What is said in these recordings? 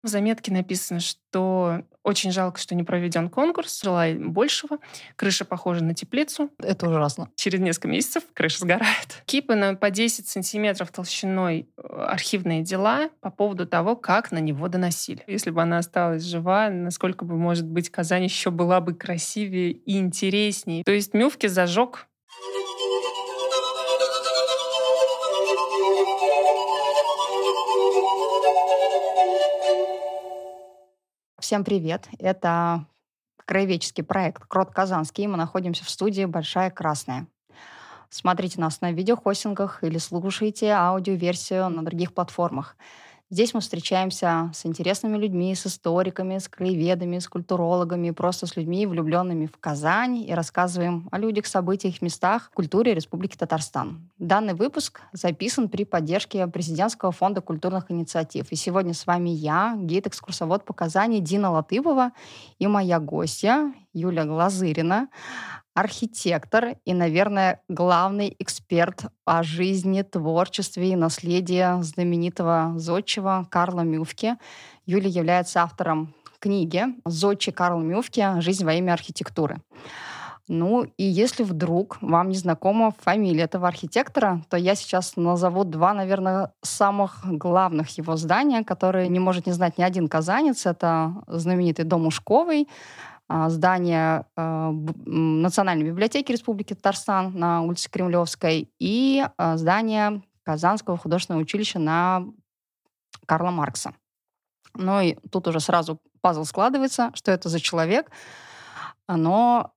В заметке написано, что очень жалко, что не проведен конкурс. Желаю большего. Крыша похожа на теплицу. Это ужасно. Через несколько месяцев крыша сгорает. Кипы по 10 сантиметров толщиной архивные дела по поводу того, как на него доносили. Если бы она осталась жива, насколько бы, может быть, Казань еще была бы красивее и интереснее. То есть Мюфки зажег. Всем привет! Это краеведческий проект «Крот Казанский». Мы находимся в студии «Большая Красная». Смотрите нас на видеохостингах или слушайте аудиоверсию на других платформах. Здесь мы встречаемся с интересными людьми, с историками, с краеведами, с культурологами, просто с людьми, влюбленными в Казань, и рассказываем о людях, событиях, местах, культуре Республики Татарстан. Данный выпуск записан при поддержке Президентского фонда культурных инициатив. И сегодня с вами я, гид-экскурсовод по Казани Дина Латыпова, и моя гостья Юля Глазырина, архитектор и, наверное, главный эксперт по жизни, творчестве и наследии знаменитого зодчего Карла Мюфки. Юля является автором книги «Зодчий Карл Мюфки. Жизнь во имя архитектуры». Ну, и если вдруг вам не знакома фамилия этого архитектора, то я сейчас назову два, наверное, самых главных его здания, которые не может не знать ни один казанец. Это знаменитый дом Ушковый, здание Национальной библиотеки Республики Татарстан на улице Кремлевской и здание Казанского художественного училища на Карла Маркса. Ну и тут уже сразу пазл складывается, что это за человек. Но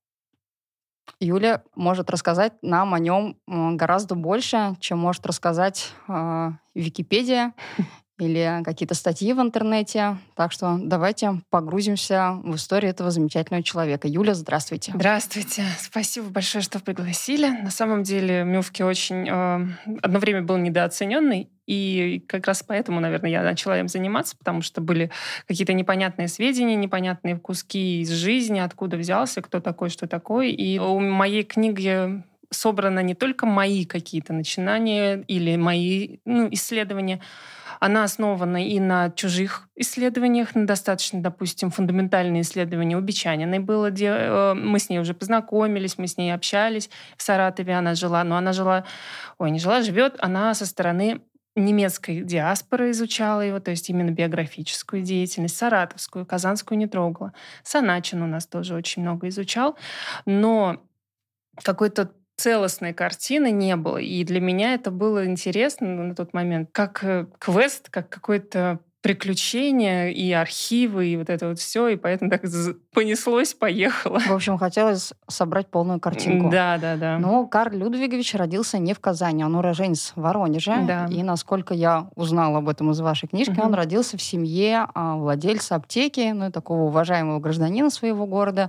Юля может рассказать нам о нем гораздо больше, чем может рассказать Википедия или какие-то статьи в интернете. Так что давайте погрузимся в историю этого замечательного человека. Юля, здравствуйте. Здравствуйте. Спасибо большое, что пригласили. На самом деле Мюфки очень одно время был недооцененный, и как раз поэтому, наверное, я начала им заниматься, потому что были какие-то непонятные сведения, непонятные куски из жизни, откуда взялся, кто такой, что такое. И у моей книги собраны не только мои какие-то начинания или мои исследования. Она основана и на чужих исследованиях, на достаточно, допустим, фундаментальные исследования у Бичаниной было. Мы с ней уже познакомились, мы с ней общались. В Саратове она жила, но она жила... живет. Она со стороны немецкой диаспоры изучала его, то есть именно биографическую деятельность, саратовскую, казанскую не трогала. Саначин у нас тоже очень много изучал. Но какой-то целостной картины не было. И для меня это было интересно на тот момент, как квест, как какое-то приключение и архивы, и вот это вот все. И поэтому так понеслось, поехало. В общем, хотелось собрать полную картинку. Да. Но Карл Людвигович родился не в Казани, он уроженец Воронежа. Да. И, насколько я узнала об этом из вашей книжки, он родился в семье владельца аптеки, такого уважаемого гражданина своего города.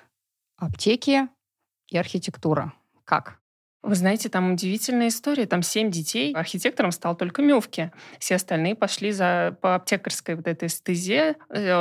Аптеки и архитектура. Как? Вы знаете, там удивительная история. Там 7 детей. Архитектором стал только Мюфки. Все остальные пошли по аптекарской вот этой стезе.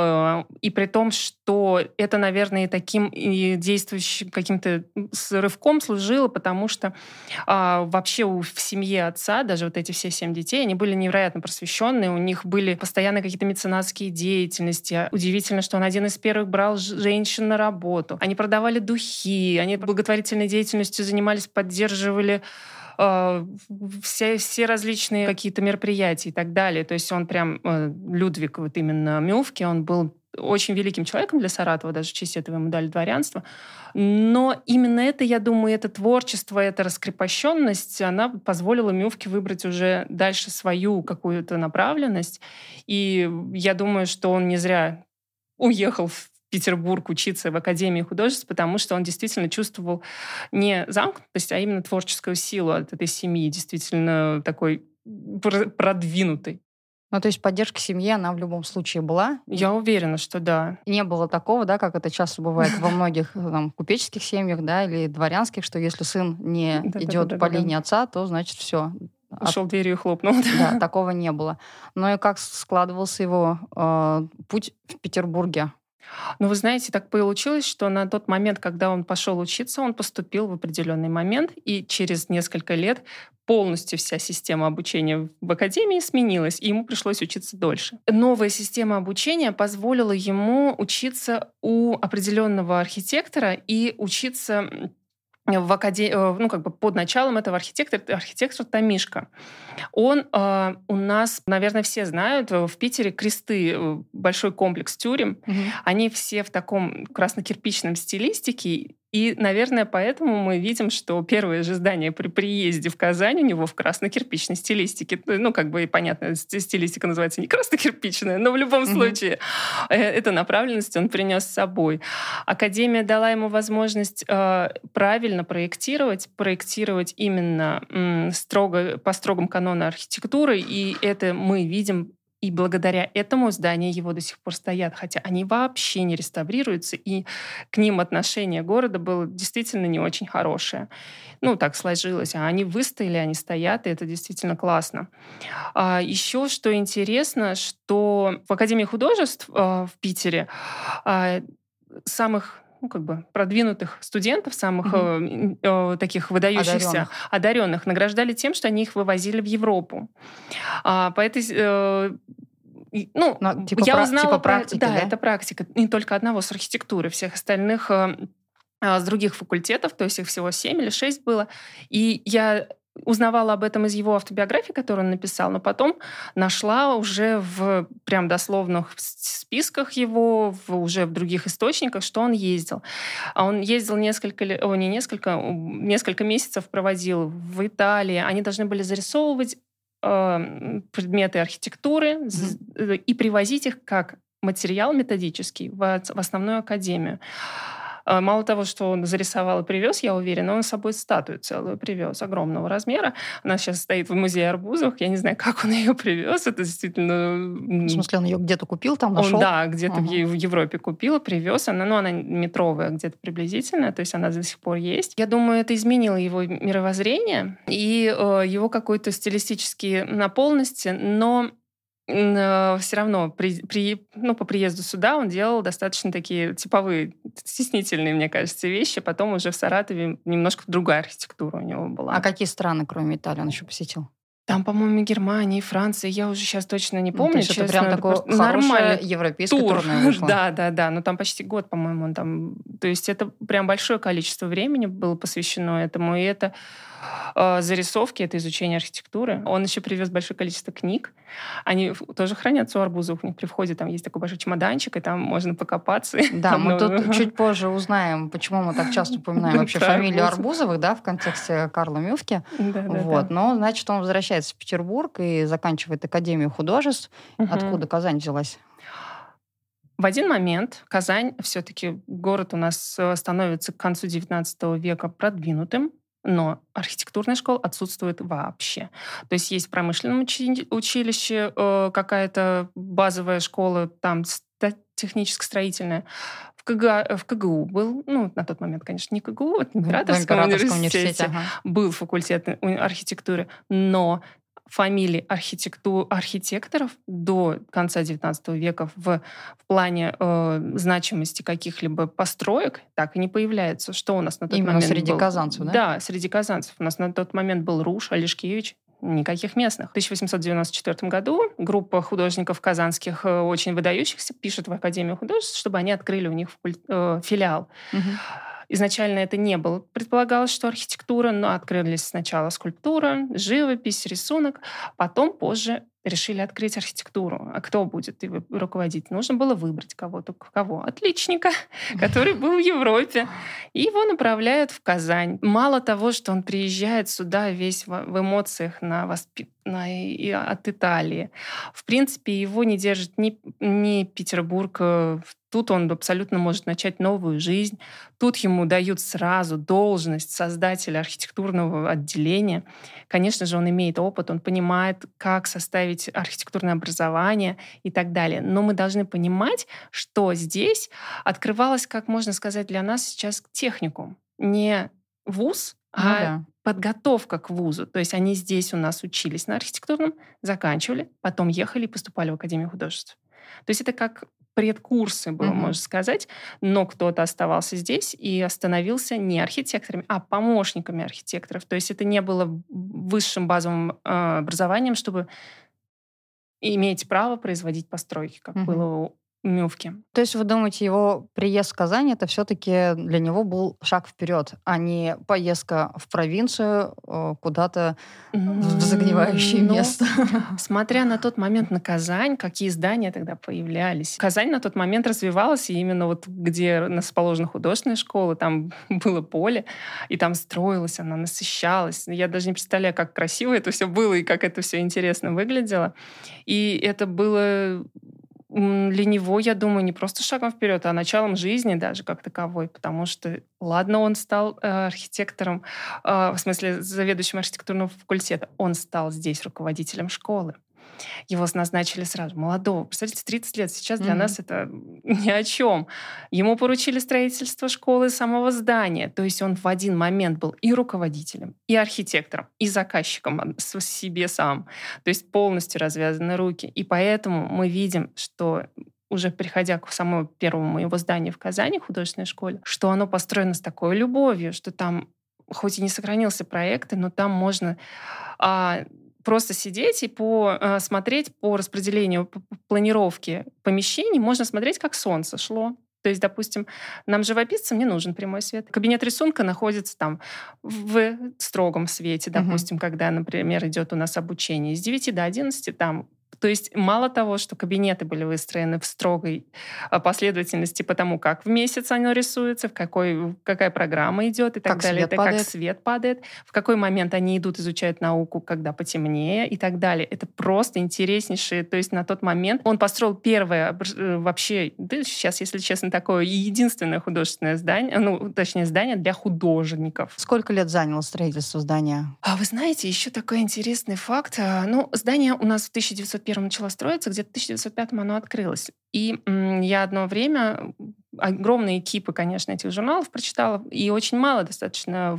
И при том, что это, наверное, таким и действующим каким-то рывком служило, потому что вообще в семье отца, даже вот эти все 7 детей, они были невероятно просвещенные. У них были постоянно какие-то меценатские деятельности. Удивительно, что он один из первых брал женщин на работу. Они продавали духи, они благотворительной деятельностью занимались, поддерживали все различные какие-то мероприятия и так далее. То есть он прям, Людвиг, вот именно Мюфки, он был очень великим человеком для Саратова, даже в честь этого ему дали дворянство. Но именно это, я думаю, это творчество, эта раскрепощенность, она позволила Мюфке выбрать уже дальше свою какую-то направленность. И я думаю, что он не зря уехал в Петербург учиться в Академии художеств, потому что он действительно чувствовал не замкнутость, а именно творческую силу от этой семьи, действительно такой продвинутой. То есть поддержка семьи, она в любом случае была? Я уверена, что да. Не было такого, да, как это часто бывает во многих купеческих семьях, да, или дворянских, что если сын не идет по линии отца, то значит все. Ушел дверью и хлопнул. Да, такого не было. Но и как складывался его путь в Петербурге? Но вы знаете, так получилось, что на тот момент, когда он пошел учиться, он поступил в определенный момент, и через несколько лет полностью вся система обучения в академии сменилась, и ему пришлось учиться дольше. Новая система обучения позволила ему учиться у определенного архитектора и учиться ну, как бы под началом этого архитектора, это архитектор Томишко. Он у нас, наверное, все знают, в Питере Кресты, большой комплекс тюрем, они все в таком красно-кирпичном стилистике, и, наверное, поэтому мы видим, что первое же здание при приезде в Казань у него в красно-кирпичной стилистике. Ну, как бы, и понятно, стилистика называется не красно-кирпичная, но в любом случае эту направленность он принес с собой. Академия дала ему возможность правильно проектировать именно строго, по строгам канона архитектуры, и это мы видим. И благодаря этому здания его до сих пор стоят, хотя они вообще не реставрируются, и к ним отношение города было действительно не очень хорошее. Ну, так сложилось. А они выстояли, они стоят, и это действительно классно. Еще что интересно, что в Академии художеств в Питере самых как бы продвинутых студентов, самых таких выдающихся, одаренных, награждали тем, что они их вывозили в Европу. По этой я узнала типа практики, да? Это практика. Не только одного с архитектуры, всех остальных с других факультетов, то есть их всего 7 или 6 было. И я узнавала об этом из его автобиографии, которую он написал, но потом нашла уже в прям дословных списках его, уже в других источниках, что он ездил. А он ездил несколько месяцев проводил в Италии. Они должны были зарисовывать предметы архитектуры и привозить их как материал методический в основную академию. Мало того, что он зарисовал и привез, я уверена, он с собой статую целую привез, огромного размера. Она сейчас стоит в музее Арбузов. Я не знаю, как он ее привез. Это действительно... В смысле, он ее где-то купил, там нашел? Да, где-то в Европе купил, привез. Она метровая где-то приблизительно, то есть она до сих пор есть. Я думаю, это изменило его мировоззрение и его какой-то стилистические наполненности, но все равно по приезду сюда он делал достаточно такие типовые, стеснительные, мне кажется, вещи. Потом уже в Саратове немножко другая архитектура у него была. А какие страны, кроме Италии, он еще посетил? Там, по-моему, Германия, Франция. Я уже сейчас точно не помню. То есть это прям такое хорошее европейское турне вышло. Да. Но там почти год, по-моему, он там... То есть это прям большое количество времени было посвящено этому. И это зарисовки, это изучение архитектуры. Он еще привез большое количество книг. Они тоже хранятся у Арбузов. У них при входе там есть такой большой чемоданчик, и там можно покопаться. Да, мы тут чуть позже узнаем, почему мы так часто упоминаем вообще фамилию Арбузовых, да, в контексте Карла Мюфки. Вот. Но, значит, он возвращается в Петербург и заканчивает Академию художеств. Откуда Казань взялась? В один момент Казань, все-таки город у нас становится к концу XIX века продвинутым, но архитектурная школа отсутствует вообще. То есть есть в промышленном училище какая-то базовая школа, там техническо-строительная. В КГУ был, на тот момент, конечно, не КГУ, в Императорском университете был факультет архитектуры, но фамилии архитекторов до конца XIX века в плане значимости каких-либо построек так и не появляется. Что у нас на тот момент был? Среди казанцев, да? Да, среди казанцев. У нас на тот момент был Руш, Олешкевич, никаких местных. В 1894 году группа художников казанских очень выдающихся пишет в Академию художеств, чтобы они открыли у них филиал. Изначально это не было. Предполагалось, что архитектура, но открылись сначала скульптура, живопись, рисунок. Потом, позже решили открыть архитектуру. А кто будет его руководить? Нужно было выбрать кого-то. Кого? Отличника, который был в Европе. И его направляют в Казань. Мало того, что он приезжает сюда весь в эмоциях от Италии. В принципе, его не держит ни Петербург. Тут он абсолютно может начать новую жизнь. Тут ему дают сразу должность создателя архитектурного отделения. Конечно же, он имеет опыт, он понимает, как составить архитектурное образование и так далее. Но мы должны понимать, что здесь открывалось, как можно сказать, для нас сейчас техникум. Не вуз, подготовка к вузу. То есть они здесь у нас учились на архитектурном, заканчивали, потом ехали и поступали в Академию художеств. То есть это как предкурсы было, Мгм. можно сказать, но кто-то оставался здесь и становился не архитекторами, а помощниками архитекторов. То есть это не было высшим базовым образованием, чтобы иметь право производить постройки, как Мгм. было у Мюфки. То есть вы думаете, его приезд в Казань это все-таки для него был шаг вперед, а не поездка в провинцию куда-то в загнивающее Но, место? смотря на тот момент на Казань, какие здания тогда появлялись. Казань на тот момент развивалась, и именно вот где расположена художественная школа, там было поле, и там строилась она, насыщалась. Я даже не представляю, как красиво это все было и как это все интересно выглядело. И это было для него, я думаю, не просто шагом вперед, а началом жизни даже как таковой, потому что, ладно, он стал архитектором, в смысле заведующим архитектурного факультета, он стал здесь руководителем школы. Его назначили сразу, молодого. Представляете, 30 лет. Сейчас для Мгм. нас это ни о чем. Ему поручили строительство школы, самого здания. То есть он в один момент был и руководителем, и архитектором, и заказчиком себе сам. То есть полностью развязаны руки. И поэтому мы видим, что уже приходя к самому первому его зданию в Казани, художественной школе, что оно построено с такой любовью, что там хоть и не сохранился проект, но там можно а, просто сидеть и смотреть по распределению, по планировке помещений, можно смотреть, как солнце шло. То есть, допустим, нам, живописцам, не нужен прямой свет. Кабинет рисунка находится там в строгом свете, Мгм. допустим, когда, например, идет у нас обучение. С 9 до 11 там. То есть мало того, что кабинеты были выстроены в строгой последовательности по тому, как в месяц оно рисуется, какая программа идет и так Как далее, свет это как падает? свет падает, в какой момент они идут, изучают науку, когда потемнее и так далее. Это просто интереснейшее. То есть на тот момент он построил первое вообще, да, сейчас, если честно, такое единственное художественное здание, ну, точнее, здание для художников. Сколько лет заняло строительство здания? А вы знаете, еще такой интересный факт. Ну, здание у нас в 1901 начало строиться, где-то в 1905 оно открылось. И я одно время огромные кипы, конечно, этих журналов прочитала, и очень мало достаточно.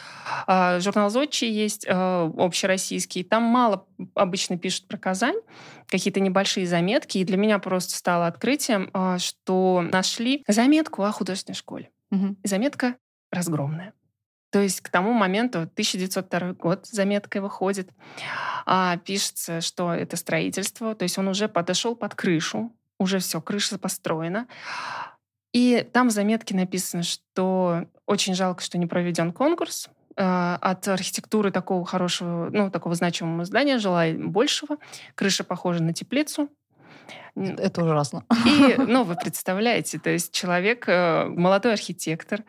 Журнал «Зодчий» есть, общероссийский. Там мало обычно пишут про Казань, какие-то небольшие заметки. И для меня просто стало открытием, что нашли заметку о художественной школе. Мгм. И заметка разгромная. То есть к тому моменту, 1902 год, заметка выходит, пишется, что это строительство, то есть он уже подошел под крышу, уже все, крыша построена. И там в заметке написано, что очень жалко, что не проведен конкурс. От архитектуры такого хорошего, ну, такого значимого здания желаю большего. Крыша похожа на теплицу. Это ужасно. И, ну, вы представляете, то есть человек, молодой архитектор,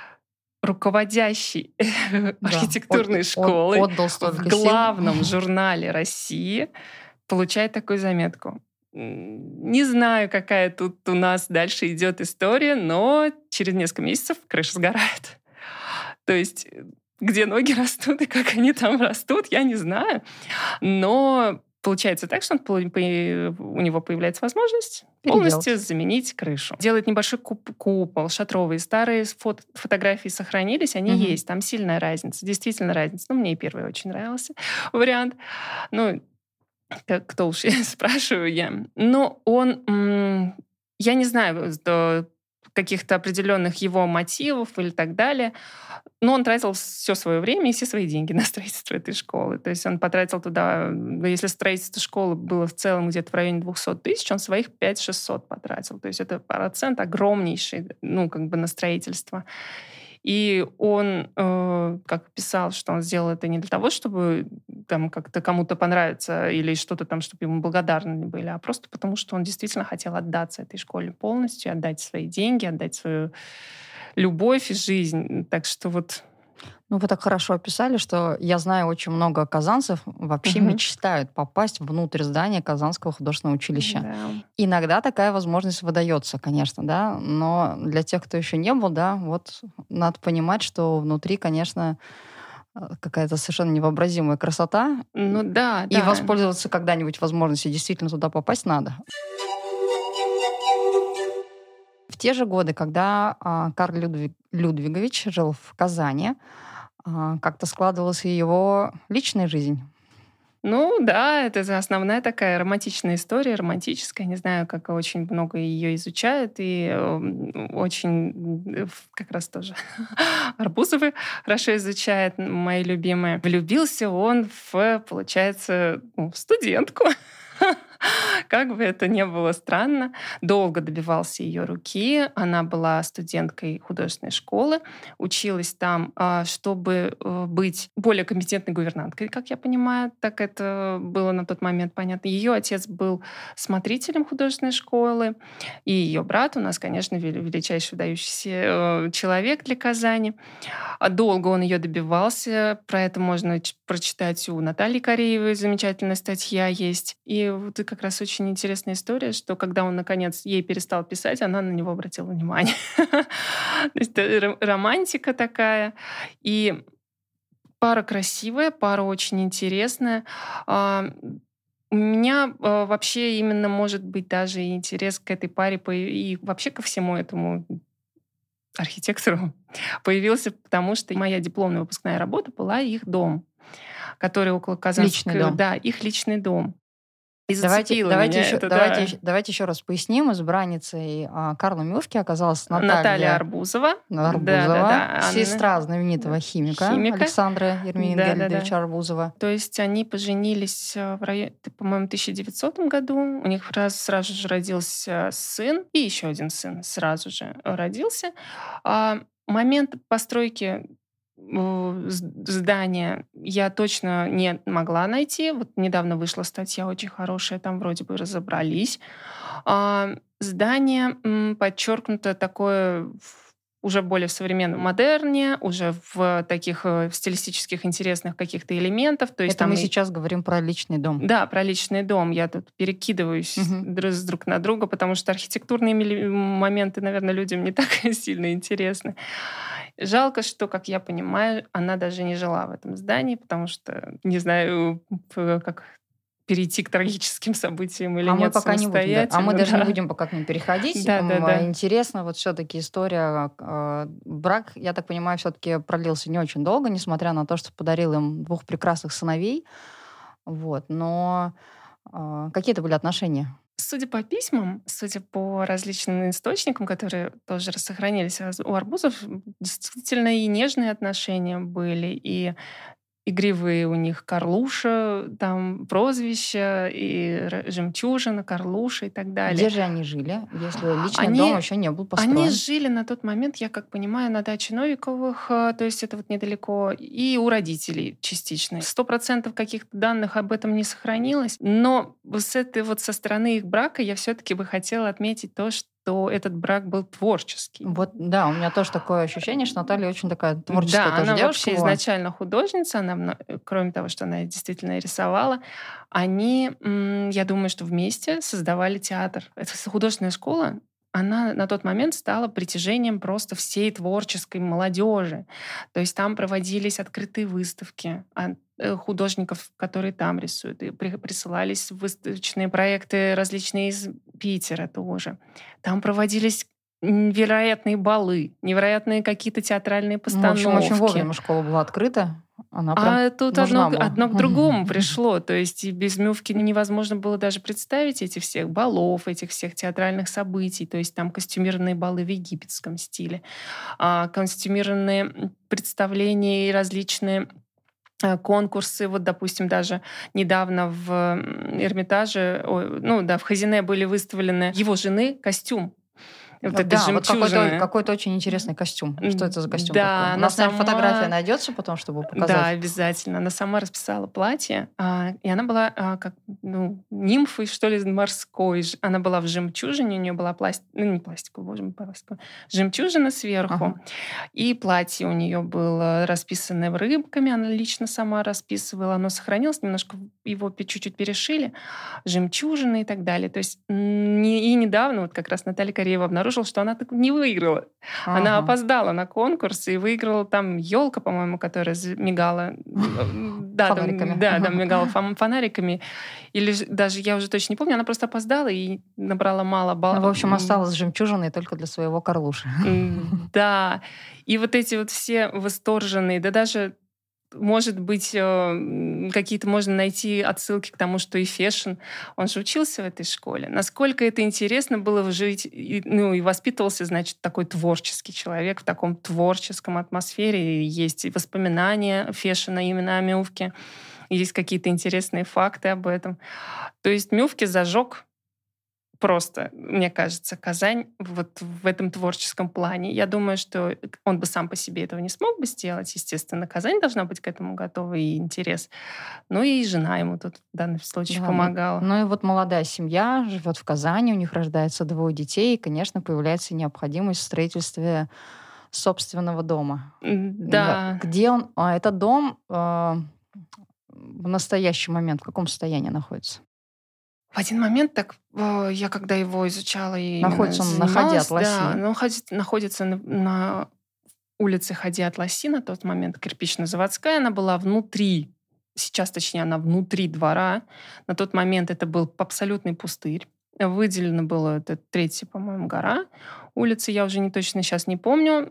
руководящий Да. архитектурной школой Отдал в столько сил. главном журнале России, получает такую заметку. Не знаю, какая тут у нас дальше идет история, но через несколько месяцев крыша сгорает. То есть где ноги растут и как они там растут, я не знаю. Но получается так, что у него появляется возможность полностью Переделать. заменить крышу. Делает небольшой купол шатровый. Старые фотографии сохранились, они Мгм. есть. Там сильная разница, действительно разница. Ну, мне и первый очень нравился вариант. Ну, кто уж, я спрашиваю я. Но он, я не знаю каких-то определенных его мотивов или так далее, но он тратил все свое время и все свои деньги на строительство этой школы. То есть он потратил туда, если строительство школы было в целом где-то в районе 200 тысяч, он своих 5-600 потратил. То есть это процент огромнейший, ну, как бы на строительство. И он как писал, что он сделал это не для того, чтобы там как-то кому-то понравиться или что-то там, чтобы ему благодарны были, а просто потому, что он действительно хотел отдаться этой школе полностью, отдать свои деньги, отдать свою любовь и жизнь. Так что вот... Ну, вы так хорошо описали, что я знаю очень много казанцев вообще Мгм. мечтают попасть внутрь здания Казанского художественного училища. Да. Иногда такая возможность выдается, конечно, да, но для тех, кто еще не был, да, вот надо понимать, что внутри, конечно, какая-то совершенно невообразимая красота, Ну да, и да. воспользоваться когда-нибудь возможностью действительно туда попасть надо. В те же годы, когда Карл Людвигович жил в Казани, как-то складывалась и его личная жизнь. Ну да, это основная такая романтичная история, романтическая. Не знаю, как очень много ее изучают. И очень как раз тоже Арбузовы хорошо изучают, мои любимые. Влюбился он получается, в студентку. Как бы это ни было странно, долго добивался ее руки. Она была студенткой художественной школы, училась там, чтобы быть более компетентной гувернанткой, как я понимаю, так это было на тот момент понятно. Ее отец был смотрителем художественной школы, и ее брат у нас, конечно, величайший выдающийся человек для Казани. Долго он ее добивался. Про это можно прочитать у Натальи Кореевой. Замечательная статья есть. И вот и как раз очень интересная история, что когда он, наконец, ей перестал писать, она на него обратила внимание. То есть романтика такая. И пара красивая, пара очень интересная. У меня вообще именно, может быть, даже интерес к этой паре и вообще ко всему этому архитектору появился, потому что моя дипломная выпускная работа была их дом, который около Личный Казанской... дом. Да, их личный дом. И зацепило меня это, да. Давайте еще раз поясним. Избранницей Карла Мюфки оказалась Наталья Арбузова. Арбузова, сестра знаменитого химика Александра Ермингельдовича Арбузова. То есть они поженились в районе, по-моему, 1900 году. У них сразу же родился сын, и еще один сын сразу же родился. Момент постройки здания я точно не могла найти. Вот недавно вышла статья очень хорошая, там вроде бы разобрались. Здание подчеркнуто такое уже более в современном модерне, уже в таких стилистических интересных каких-то элементов. То есть это мы сейчас говорим про личный дом. Да, про личный дом. Я тут перекидываюсь друг на друга, потому что архитектурные моменты, наверное, людям не так сильно интересны. Жалко, что, как я понимаю, она даже не жила в этом здании, потому что не знаю, как перейти к трагическим событиям или нет. Мы пока не будем. Мы даже не будем пока к ним переходить. Да. Интересно, вот все-таки история. Брак, я так понимаю, все-таки продлился не очень долго, несмотря на то, что подарил им 2 прекрасных сыновей. Вот. Но какие это были отношения? Судя по письмам, судя по различным источникам, которые тоже сохранились у Арбузов, действительно и нежные отношения были, и игривые у них Карлуша, там прозвища, и Жемчужина, Карлуша и так далее. Где же они жили, если личный дом еще не был построен? Они жили на тот момент, я как понимаю, на даче Новиковых, то есть это вот недалеко, и у родителей частично. 100% каких-то данных об этом не сохранилось, но со стороны их брака я все-таки бы хотела отметить то, что этот брак был творческий. Вот, да, у меня тоже такое ощущение, что Наталья очень такая творческая тоже она девушка вообще была. изначально художница, она, кроме того, что она действительно рисовала, они, я думаю, что вместе создавали театр. Эта художественная школа, она на тот момент стала притяжением просто всей творческой молодежи. То есть там проводились открытые выставки художников, которые там рисуют. И присылались выставочные проекты различные из Питера тоже. Там проводились невероятные балы, невероятные какие-то театральные постановки. В общем, очень вовремя школа была открыта. Она прям тут нужна была. одно к другому пришло. То есть и без Мюфки невозможно было даже представить этих всех балов, этих всех театральных событий. То есть там костюмированные балы в египетском стиле, костюмированные представления и различные конкурсы. Вот, допустим, даже недавно в Эрмитаже, в Хазине были выставлены его жены костюм. Вот вот какой-то очень интересный костюм. Что это за костюм такой? У нас, наверное, фотография найдется потом, чтобы показать. Да, обязательно. Она сама расписала платье, и она была как нимфой, что ли, морской. Она была в жемчужине, у нее была не пластиковая, боже мой, пластиковая, жемчужина сверху. И платье у нее было расписано рыбками, она лично сама расписывала. Оно сохранилось, немножко его чуть-чуть перешили, жемчужины и так далее. То есть и недавно вот как раз Наталья Кореева обнаружила, что она так не выиграла. Она опоздала на конкурс и выиграла там елка, по-моему, которая мигала. Фонариками. Да, мигала фонариками. Или даже, я уже точно не помню, она просто опоздала и набрала мало баллов. В общем, осталась жемчужиной только для своего Карлуши. Да. И вот эти вот все восторженные, да даже может быть, какие-то можно найти отсылки к тому, что и Фешин, он же учился в этой школе. Насколько это интересно было жить, и воспитывался, значит, такой творческий человек в таком творческом атмосфере. И есть и воспоминания Фешина именно о Мюфке, есть какие-то интересные факты об этом. То есть Мюфке зажег просто, мне кажется, Казань вот в этом творческом плане. Я думаю, что он бы сам по себе этого не смог бы сделать. Естественно, Казань должна быть к этому готова и интерес. Ну и жена ему тут в данном случае Да, помогала. ну и вот молодая семья живет в Казани, у них рождается 2 детей, и, конечно, появляется необходимость в строительстве собственного дома. Да. Где он? Этот дом в настоящий момент в каком состоянии находится? В один момент так, я когда его изучала и именно Находится он на Хади занималась, Атласи. да, он находится на улице Хади Атласи на тот момент, кирпично-заводская, она была внутри, сейчас, точнее, она внутри двора. На тот момент это был абсолютный пустырь. Выделено было, это третья, по-моему, гора улицы, я уже не точно сейчас не помню.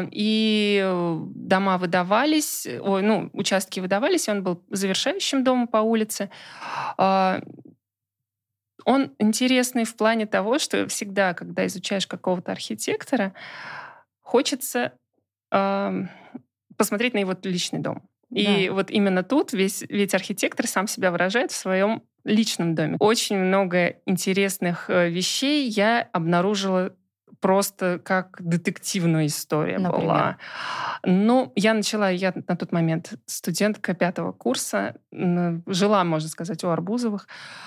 И дома выдавались, участки выдавались, и он был завершающим домом по улице. А, Он интересный в плане того, что всегда, когда изучаешь какого-то архитектора, хочется ам, посмотреть на его личный дом. И Да. вот именно тут ведь архитектор сам себя выражает в своем личном доме. Очень много интересных вещей я обнаружила просто как детективная история Например? была. Ну, я на тот момент студентка 5 курса, жила, можно сказать, у Арбузовых.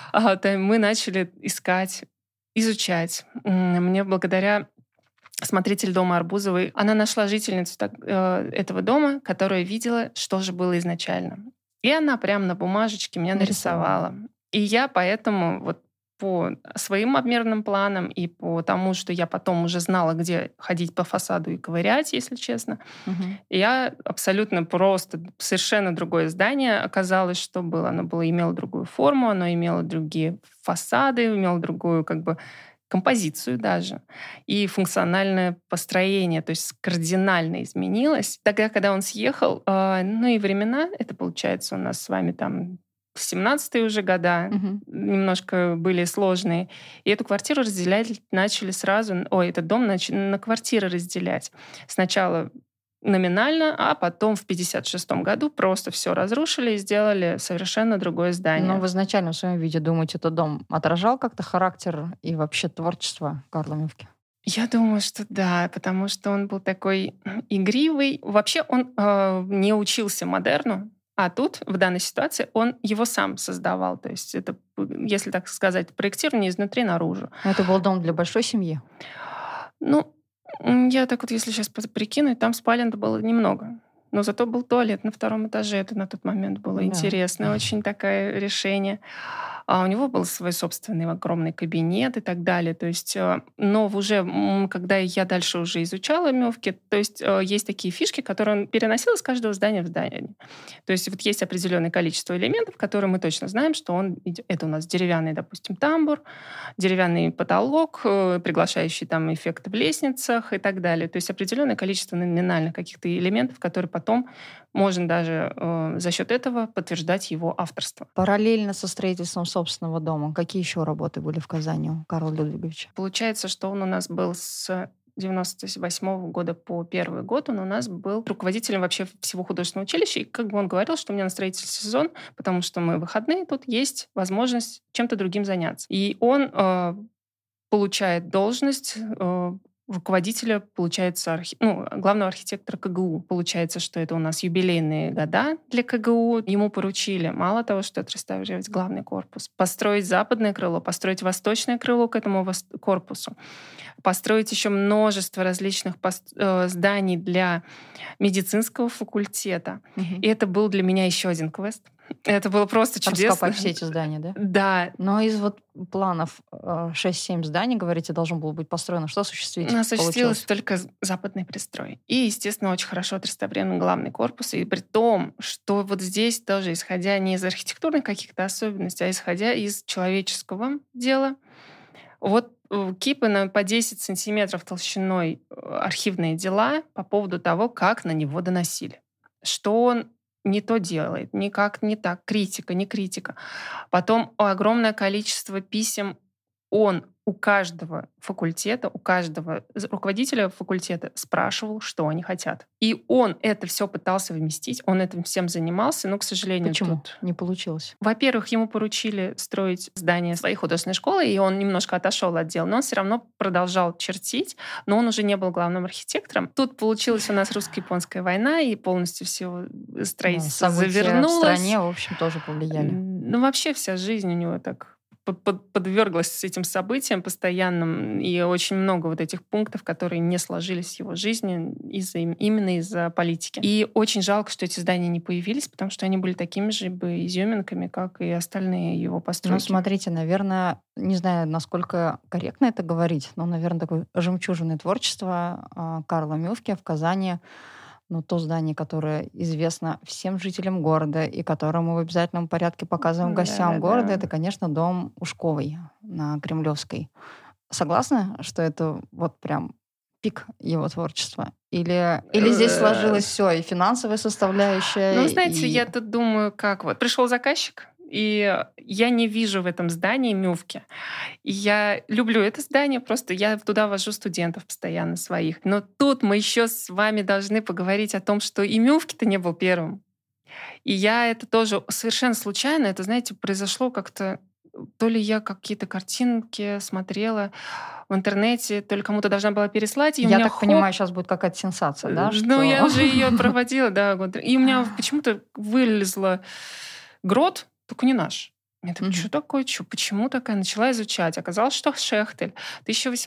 Мы начали искать, изучать. Мне благодаря смотритель дома Арбузовой, она нашла жительницу этого дома, которая видела, что же было изначально. И она прямо на бумажечке меня нарисовала. И я поэтому вот по своим обмерным планам и по тому, что я потом уже знала, где ходить по фасаду и ковырять, если честно, Мгм. я абсолютно просто совершенно другое здание оказалось, что было. Оно имело другую форму, оно имело другие фасады, имело другую композицию даже и функциональное построение, то есть кардинально изменилось. Тогда, когда он съехал, и времена, это получается у нас с вами там 17-е уже года, Мгм. немножко были сложные. И эту квартиру разделять начали сразу, этот дом на квартиры разделять. Сначала номинально, а потом в 56 году просто все разрушили и сделали совершенно другое Но здание. в изначальном своем виде, думаете, этот дом отражал как-то характер и вообще творчество Карла Мюфки? Я думаю, что да, потому что он был такой игривый. Вообще он не учился модерну, а тут, в данной ситуации, он его сам создавал. То есть это, если так сказать, проектирование изнутри наружу. Но это был дом для большой семьи. Ну, я так вот, если сейчас прикинуть, там спален было немного. Но зато был туалет на 2 этаже. Это на тот момент было Да. интересное очень такое решение. А у него был свой собственный огромный кабинет и так далее. То есть, но уже, когда я дальше уже изучала Мёвки, то есть есть такие фишки, которые он переносил из каждого здания в здание. То есть вот есть определенное количество элементов, которые мы точно знаем, что это у нас деревянный, допустим, тамбур, деревянный потолок, приглашающий там эффект в лестницах и так далее. То есть определенное количество номинальных каких-то элементов, которые потом можно даже за счет этого подтверждать его авторство. Параллельно со строительством собственного дома, какие еще работы были в Казани у Карла Людвиговича? Получается, что он у нас был с 98 года по 1 год он у нас был руководителем вообще всего художественного училища. И как бы он говорил, что у меня на строительный сезон, потому что мы выходные, тут есть возможность чем-то другим заняться. И он получает должность руководителя, получается, главного архитектора КГУ. Получается, что это у нас юбилейные года для КГУ. Ему поручили мало того, что отреставрировать главный корпус, построить западное крыло, построить восточное крыло к этому корпусу, построить еще множество различных зданий для медицинского факультета. Мгм. И это был для меня еще один квест. Это было просто чудесно. Раскопать все эти здания, да? Да. Но из вот планов 6-7 зданий, говорите, должно было быть построено. Что осуществить Осуществилась получилось? только западный пристрой. И, естественно, очень хорошо отреставрирован главный корпус. И при том, что вот здесь тоже, исходя не из архитектурных каких-то особенностей, а исходя из человеческого дела, вот кипы по 10 сантиметров толщиной архивные дела по поводу того, как на него доносили. Что он не то делает, никак не так, критика, не критика. Потом огромное количество писем он у каждого факультета, у каждого руководителя факультета спрашивал, что они хотят. И он это все пытался вместить, он этим всем занимался, но, к сожалению, Почему тут... не получилось? Во-первых, ему поручили строить здание своей художественной школы, и он немножко отошел от дела, но он все равно продолжал чертить, но он уже не был главным архитектором. Тут получилась у нас русско-японская война, и полностью все строительство События в завернулось. стране, в общем, тоже повлияли. Ну, вообще вся жизнь у него так подверглась этим событиям постоянным, и очень много вот этих пунктов, которые не сложились в его жизни именно из-за политики. И очень жалко, что эти здания не появились, потому что они были такими же бы изюминками, как и остальные его постройки. Ну, смотрите, наверное, не знаю, насколько корректно это говорить, но, наверное, такое жемчужное творчество Карла Мюфке в Казани, ну, то здание, которое известно всем жителям города и которое мы в обязательном порядке показываем гостям города, это, конечно, дом Ушковой на Кремлевской. Согласны, что это вот прям пик его творчества? Или здесь сложилось все, и финансовая составляющая, Ну, знаете, и... я тут думаю, как вот пришел заказчик, и я не вижу в этом здании Мюфки. И я люблю это здание, просто я туда вожу студентов постоянно своих. Но тут мы еще с вами должны поговорить о том, что и Мюфки-то не был первым. И я это тоже совершенно случайно, это, знаете, произошло как-то... То ли я какие-то картинки смотрела в интернете, то ли кому-то должна была переслать. И Я у меня так понимаю, сейчас будет какая-то сенсация, да? Ну, я уже ее проводила, да. И у меня почему-то вылезла грот, только не наш. Я так, что такое, почему такая? Начала изучать. Оказалось, что Шехтель в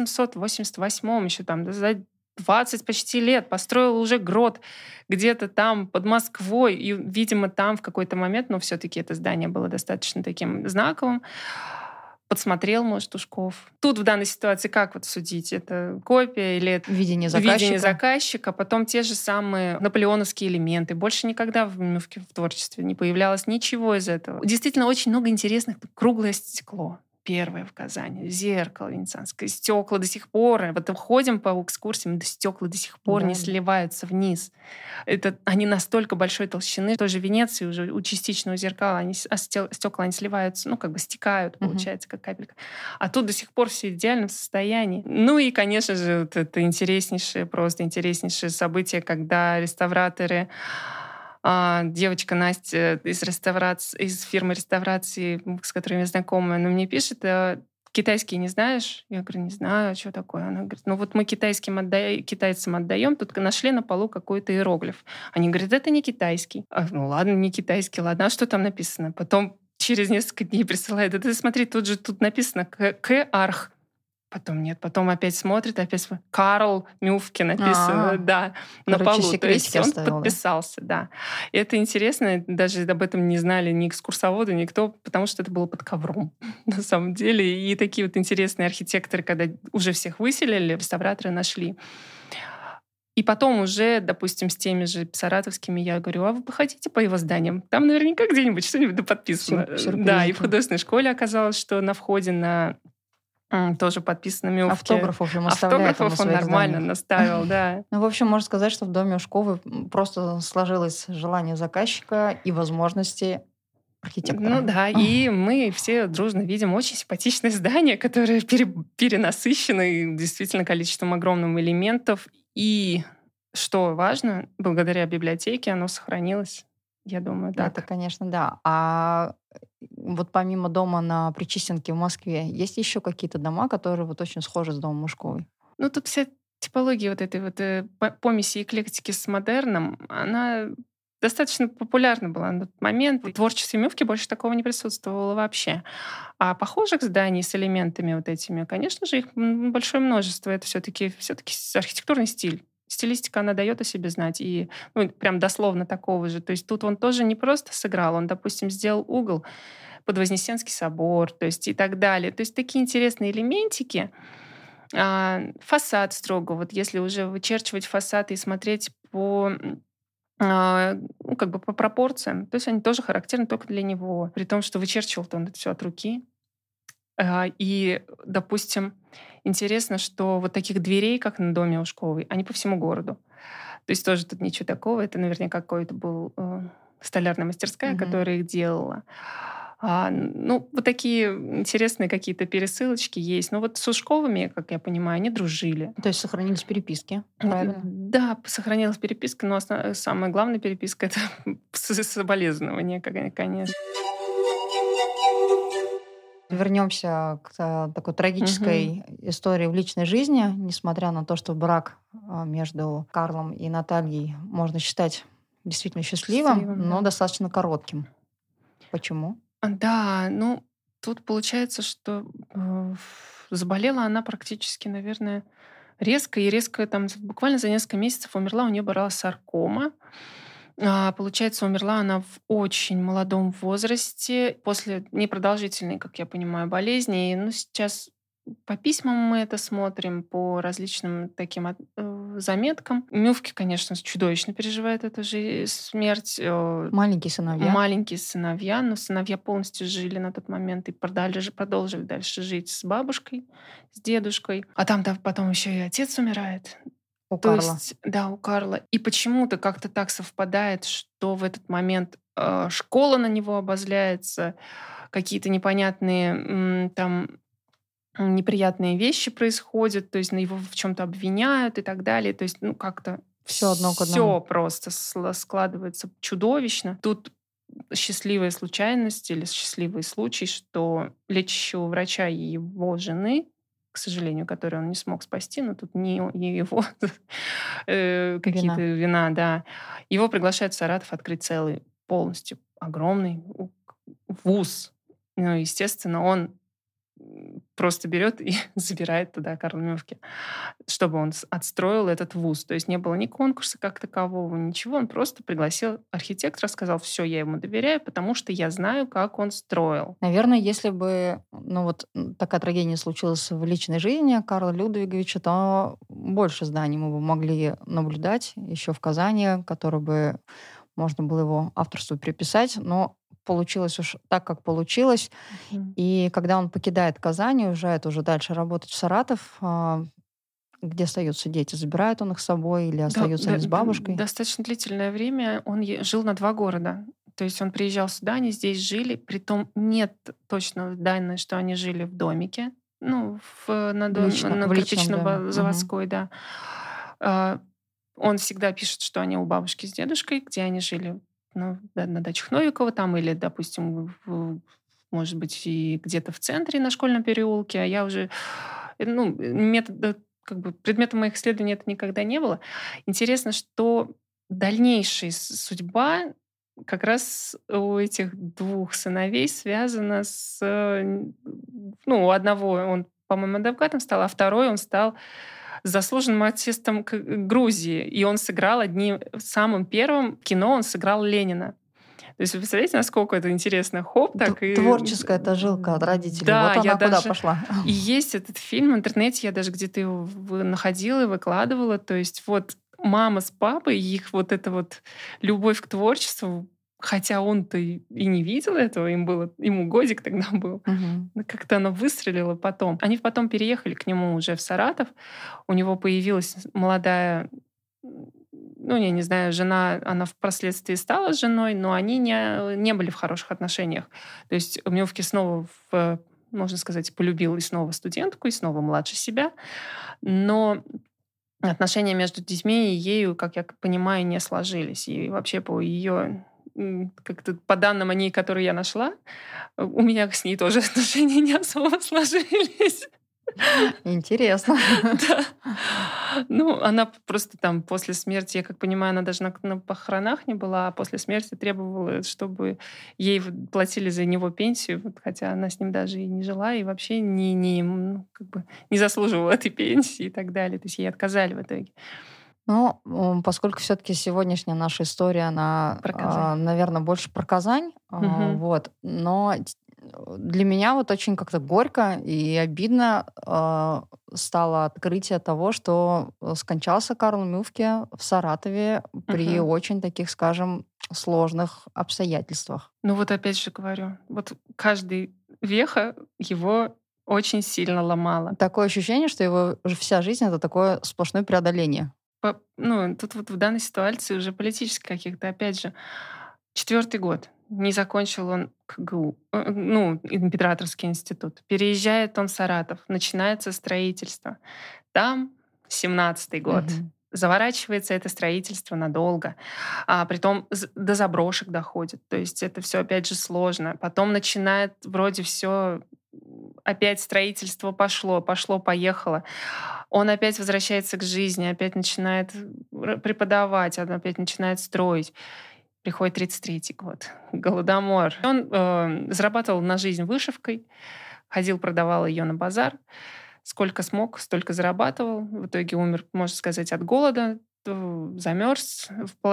1888 еще там, за 20 почти лет построил уже грот где-то там под Москвой. И, видимо, там в какой-то момент, но все-таки это здание было достаточно таким знаковым, подсмотрел, может, Ушков. Тут в данной ситуации как вот судить? Это копия или это видение заказчика? Потом те же самые наполеоновские элементы. Больше никогда в Мюфке в творчестве не появлялось ничего из этого. Действительно, очень много интересных. Круглое стекло. Первое в Казани. Зеркало венецианское. Стекла до сих пор. Вот ходим по экскурсиям, стекла до сих пор не сливаются вниз. Они настолько большой толщины. В той же Венеции уже у частичного зеркала стекла они сливаются, ну, как бы стекают, получается, как капелька. А тут до сих пор все в идеальном состоянии. Ну и, конечно же, вот это просто интереснейшее событие, когда реставраторы девочка Настя из фирмы реставрации, с которой я знакома, она мне пишет: китайский не знаешь? Я говорю, не знаю, что такое. Она говорит, ну вот мы китайцам отдаем, тут нашли на полу какой-то иероглиф. Они говорят, это не китайский. Ну ладно, не китайский, ладно, а что там написано? Потом через несколько дней присылает, да ты смотри, тут написано «К-Арх». Потом нет, потом опять смотрит, Карл Мюфке написано, да, на полу. То есть он подписался, да. И это интересно, даже об этом не знали ни экскурсоводы, никто, потому что это было под ковром на самом деле. И такие вот интересные архитекторы, когда уже всех выселили, реставраторы нашли. И потом уже, допустим, с теми же саратовскими я говорю, а вы походите по его зданиям? Там наверняка где-нибудь что-нибудь подписано. Да, и в художественной школе оказалось, что на входе тоже подписано Мюфке. Автографов он нормально наставил, да. Ну, в общем, можно сказать, что в доме Ушковой просто сложилось желание заказчика и возможности архитектора. Ну да, и мы все дружно видим очень симпатичное здание, которое перенасыщено и действительно количеством огромным элементов. И, что важно, благодаря библиотеке оно сохранилось. Я думаю, так. Это, конечно, да. А вот помимо дома на Причистенке в Москве, есть еще какие-то дома, которые вот очень схожи с домом Ушковой? Ну, тут вся типология вот этой вот помеси эклектики с модерном, она достаточно популярна была на тот момент. В творчестве Мюфки больше такого не присутствовало вообще. А похожих зданий с элементами вот этими, конечно же, их большое множество. Это все-таки архитектурный стиль. Стилистика, она дает о себе знать. И прям дословно такого же. То есть тут он тоже не просто сыграл, он, допустим, сделал угол под Вознесенский собор, то есть и так далее. То есть такие интересные элементики. Фасад строго. Вот если уже вычерчивать фасад и смотреть по пропорциям, то есть они тоже характерны только для него. При том, что вычерчивал-то он это все от руки. И, допустим, интересно, что вот таких дверей, как на доме Ушковой, они по всему городу. То есть тоже тут ничего такого. Это наверняка какой-то был столярная мастерская, Мгм. которая их делала. Вот такие интересные какие-то пересылочки есть. Но вот с Ушковыми, как я понимаю, они дружили. То есть сохранились переписки, правильно? Да, сохранилась переписка, но самая главная переписка — это соболезнования, конечно. Вернемся к такой Мгм. трагической истории в личной жизни. Несмотря на то, что брак между Карлом и Натальей можно считать действительно счастливым, Счастливым, но да. достаточно коротким. Почему? Да, тут получается, что заболела она практически, наверное, резко. И резко там буквально за несколько месяцев умерла. У нее была саркома. Получается, умерла она в очень молодом возрасте после непродолжительной, как я понимаю, болезни. И, сейчас по письмам мы это смотрим, по различным таким заметкам. Мюфки, конечно, чудовищно переживает эту же смерть. Маленькие сыновья. Маленькие сыновья, но сыновья полностью жили на тот момент и продолжили дальше жить с бабушкой, с дедушкой. А там да, потом еще и отец умирает. У То Карла. есть, да, у Карла. И почему-то как-то так совпадает, что в этот момент школа на него обозляется, какие-то непонятные там неприятные вещи происходят, то есть на его в чем-то обвиняют и так далее. То есть, как-то Все одно к одному. все просто складывается чудовищно. Тут счастливая случайность или счастливый случай, что лечащего врача и его жены, к сожалению, которую он не смог спасти, но тут не его какие-то Вина. вина, да. Его приглашают в Саратов открыть целый, полностью огромный вуз. Ну, естественно, он просто берет и забирает туда Карла Мюфке, чтобы он отстроил этот вуз. То есть не было ни конкурса как такового, ничего. Он просто пригласил архитектора, сказал: все, я ему доверяю, потому что я знаю, как он строил. Наверное, если бы такая трагедия не случилась в личной жизни Карла Людвиговича, то больше зданий мы бы могли наблюдать еще в Казани, которые бы можно было его авторству приписать. Но получилось уж так, как получилось. Мгм. И когда он покидает Казань, уезжает уже дальше работать в Саратов, где остаются дети, забирает он их с собой или Да, остаются они с бабушкой? достаточно длительное время он жил на 2 города. То есть он приезжал сюда, они здесь жили. Притом нет точно данных, что они жили в домике. На В личном доме. Мгм. кирпично-заводской, да. А, Он всегда пишет, что они у бабушки с дедушкой, где они жили, на дачах Новикова там или, допустим, может быть, и где-то в центре на Школьном переулке. А я уже, как бы предметом моих исследований это никогда не было. Интересно, что дальнейшая судьба как раз у этих двух сыновей связана у одного он, по-моему, адвокатом стал, а второй он стал заслуженным артистом Грузии. И он сыграл самым первым в кино он сыграл Ленина. То есть вы представляете, насколько это интересно? Хоп, так и... Творческая эта жилка от родителей. Да, Вот я она куда даже... пошла. И есть этот фильм в интернете, я даже где-то его находила и выкладывала. То есть вот мама с папой, их вот эта вот любовь к творчеству, хотя он-то и не видел этого, ему годик тогда был, Мгм. но как-то она выстрелила потом. Они потом переехали к нему уже в Саратов. У него появилась молодая, я не знаю, жена, она впоследствии стала женой, но они не были в хороших отношениях. То есть Мёвки снова, можно сказать, полюбил и снова студентку, и снова младше себя. Но отношения между детьми и ею, как я понимаю, не сложились. И вообще по ее как-то по данным о ней, которые я нашла, у меня с ней тоже отношения не особо сложились. Интересно. Да. Она просто там после смерти, я как понимаю, она даже на похоронах не была, а после смерти требовала, чтобы ей вот платили за него пенсию, вот, хотя она с ним даже и не жила, и вообще как бы не заслуживала этой пенсии и так далее. То есть ей отказали в итоге. Но поскольку все-таки сегодняшняя наша история, она, Про Казань. наверное, больше про Казань, Мгм. вот, но для меня вот очень как-то горько и обидно стало открытие того, что скончался Карл Мюфке в Саратове при Мгм. очень таких, скажем, сложных обстоятельствах. Вот опять же говорю, вот каждый веха его очень сильно ломала. Такое ощущение, что его вся жизнь — это такое сплошное преодоление. Тут вот в данной ситуации уже политических каких-то, опять же, 4-й год. Не закончил он КГУ, Императорский институт. Переезжает он в Саратов. Начинается строительство. Там 17-й год. Мгм. Заворачивается это строительство надолго. Притом до заброшек доходит. То есть это все опять же сложно. Потом начинает вроде все опять строительство пошло-поехало. Он опять возвращается к жизни, опять начинает преподавать, он опять начинает строить. Приходит 33-й год, Голодомор. Он зарабатывал на жизнь вышивкой, ходил, продавал ее на базар. Сколько смог, столько зарабатывал. В итоге умер, можно сказать, от голода, замерз.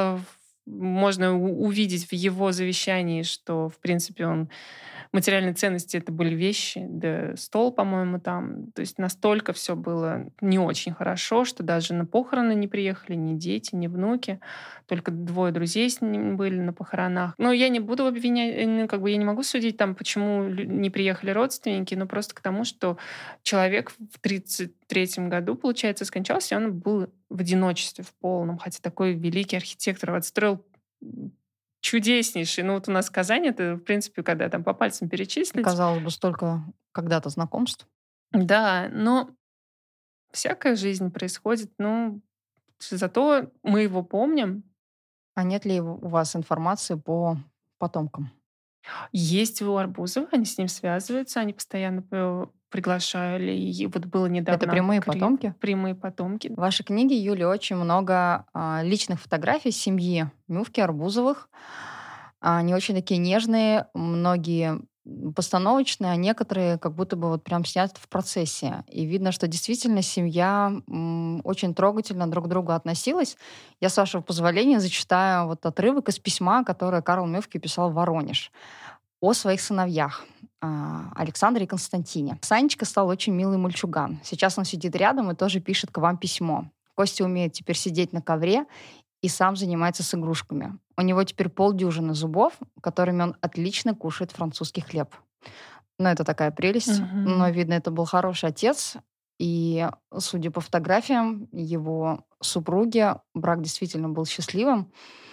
Можно увидеть в его завещании, что, в принципе, он материальные ценности это были вещи, да стол, по-моему, там. То есть настолько все было не очень хорошо, что даже на похороны не приехали ни дети, ни внуки. Только 2 друзей с ним были на похоронах. Но я не буду обвинять, я не могу судить там, почему не приехали родственники, но просто к тому, что человек в 33-м году, получается, скончался, и он был в одиночестве в полном. Хотя такой великий архитектор отстроил чудеснейший. Ну, вот у нас Казань, это, в принципе, когда там по пальцам перечислить. Казалось бы, столько когда-то знакомств. Да, но всякая жизнь происходит. Ну, зато мы его помним. А нет ли у вас информации по потомкам? Есть у Арбузова, они с ним связываются, они постоянно приглашали. И вот было Это недавно прямые потомки? прямые потомки. В вашей книге, Юли, очень много личных фотографий семьи Мюфки, Арбузовых. Они очень такие нежные, многие постановочные, а некоторые как будто бы вот прям сняты в процессе. И видно, что действительно семья очень трогательно друг к другу относилась. Я, с вашего позволения, зачитаю вот отрывок из письма, которое Карл Мюфки писал в Воронеж о своих сыновьях Александре и Константине. Санечка стал очень милый мальчуган. Сейчас он сидит рядом и тоже пишет к вам письмо. Костя умеет теперь сидеть на ковре и сам занимается с игрушками. У него теперь 50 зубов, которыми он отлично кушает французский хлеб. Ну, это такая прелесть. Но, Мгм. видно, это был хороший отец. И, судя по фотографиям его супруги, брак действительно был счастливым.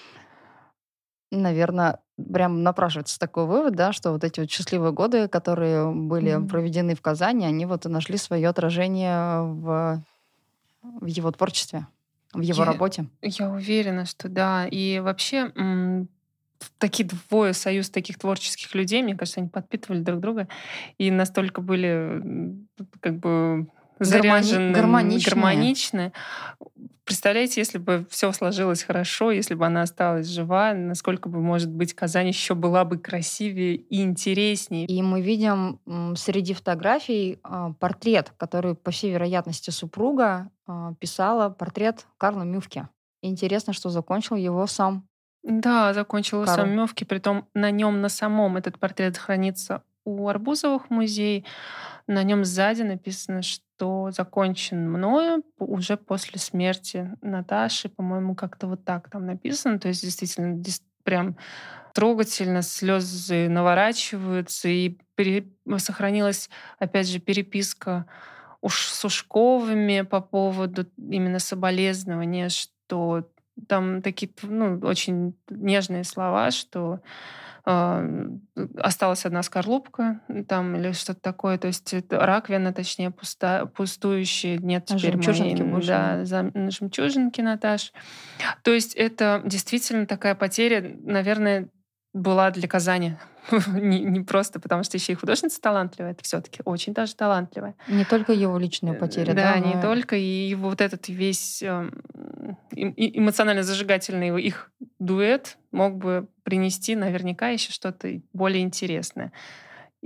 Наверное, прям напрашивается такой вывод, да, что вот эти вот счастливые годы, которые были Мгм. проведены в Казани, они вот и нашли свое отражение в его творчестве, в его Я работе. я уверена, что да. И вообще, такие двое, союз таких творческих людей, мне кажется, они подпитывали друг друга и настолько были, как бы заряжены, Гармоничные. гармоничны. Представляете, если бы все сложилось хорошо, если бы она осталась жива, насколько бы, может быть, Казань еще была бы красивее и интереснее. И мы видим среди фотографий портрет, который, по всей вероятности, супруга писала, портрет Карла Мюфки. Интересно, что закончил его сам Да, закончила Карл. Самовки, притом на нем на самом этот портрет хранится у Арбузовых в музее. На нем сзади написано, что закончен мною уже после смерти Наташи, по-моему, как-то вот так там написано. То есть действительно прям трогательно, слезы наворачиваются, и сохранилась, опять же, переписка уж с Ушковыми по поводу именно соболезнования, что там такие, очень нежные слова, что а, осталась одна скорлупка там или что-то такое. То есть это раковина, точнее, пустующая. Нет теперь моей, Жемчужинки больше нет. да, жемчужинки Наташи. То есть это действительно такая потеря, наверное, была для Казани. Не просто потому, что еще и художница талантливая, это все-таки очень даже талантливая. Не только его личная потеря, да, Да, не но только. И вот этот весь эмоционально зажигательный их дуэт мог бы принести наверняка еще что-то более интересное. И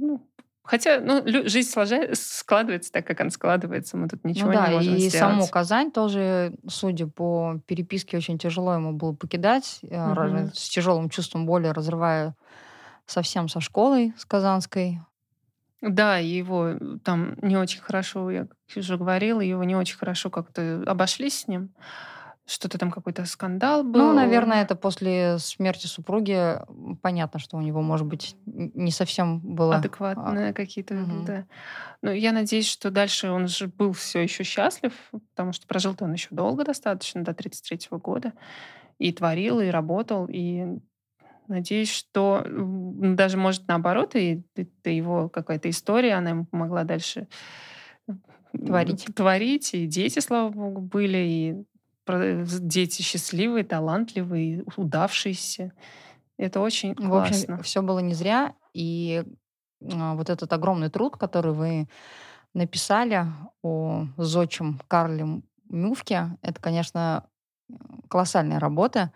хотя, жизнь складывается так, как она складывается, мы тут ну ничего не да, можем и саму сделать. Казань тоже, судя по переписке, очень тяжело ему было покидать, Мгм. с тяжелым чувством боли, разрывая совсем со школой, с казанской. Да, его там не очень хорошо, я как уже говорила, его не очень хорошо как-то обошлись с ним. Что-то там какой-то скандал Ну, был. наверное, это после смерти супруги понятно, что у него, может быть, не совсем было. Адекватные какие-то, Мгм. да. Но я надеюсь, что дальше он же был все еще счастлив, потому что прожил-то он еще долго достаточно, до 33-го года. И творил, и работал, и Надеюсь, что даже, может, наоборот, и это его какая-то история, она ему помогла дальше Творить. творить, и дети, слава богу, были, и дети счастливые, талантливые, удавшиеся. Это очень В общем, классно. все было не зря. И вот этот огромный труд, который вы написали о зодчем Карле Мюфке, это, конечно, колоссальная работа.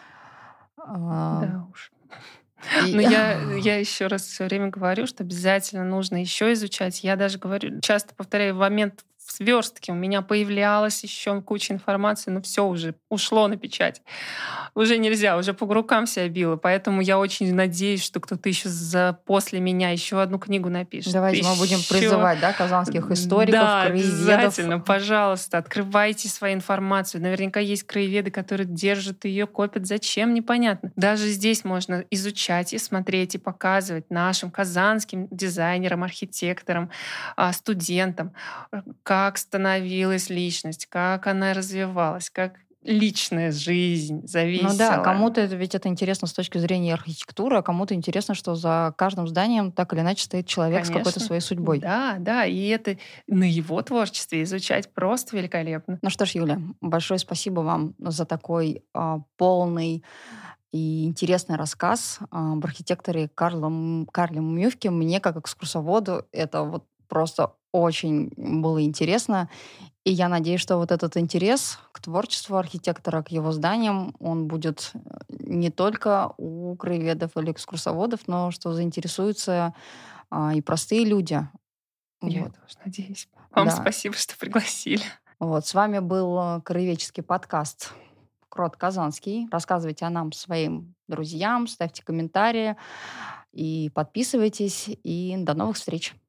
А, Да уж. И Но я еще раз все время говорю, что обязательно нужно еще изучать. Я даже говорю, часто повторяю, в момент в сверстке у меня появлялась еще куча информации, но все уже ушло на печать. Уже нельзя, уже по рукам себя било. Поэтому я очень надеюсь, что кто-то еще после меня еще одну книгу напишет. давайте мы будем Еще призывать, да, казанских историков, да, краеведов. обязательно, пожалуйста, открывайте свою информацию. Наверняка есть краеведы, которые держат ее, копят. Зачем? Непонятно. Даже здесь можно изучать и смотреть, и показывать нашим казанским дизайнерам, архитекторам, студентам, как становилась личность, как она развивалась, как личная жизнь Ну да, зависела. кому-то ведь это интересно с точки зрения архитектуры, а кому-то интересно, что за каждым зданием так или иначе стоит человек с какой-то Конечно. своей судьбой. Да, да. И это на его творчестве изучать просто великолепно. Ну что ж, Юля, большое спасибо вам за такой полный и интересный рассказ об архитекторе Карле Мюфке. Мне, как экскурсоводу, это вот просто очень было интересно. И я надеюсь, что вот этот интерес к творчеству архитектора, к его зданиям, он будет не только у краеведов или экскурсоводов, но что заинтересуются и простые люди. Я Вот, тоже надеюсь. Вам да. спасибо, что пригласили. Вот, с вами был краеведческий подкаст «Крот Казанский». Рассказывайте о нам своим друзьям, ставьте комментарии и подписывайтесь. И до новых встреч!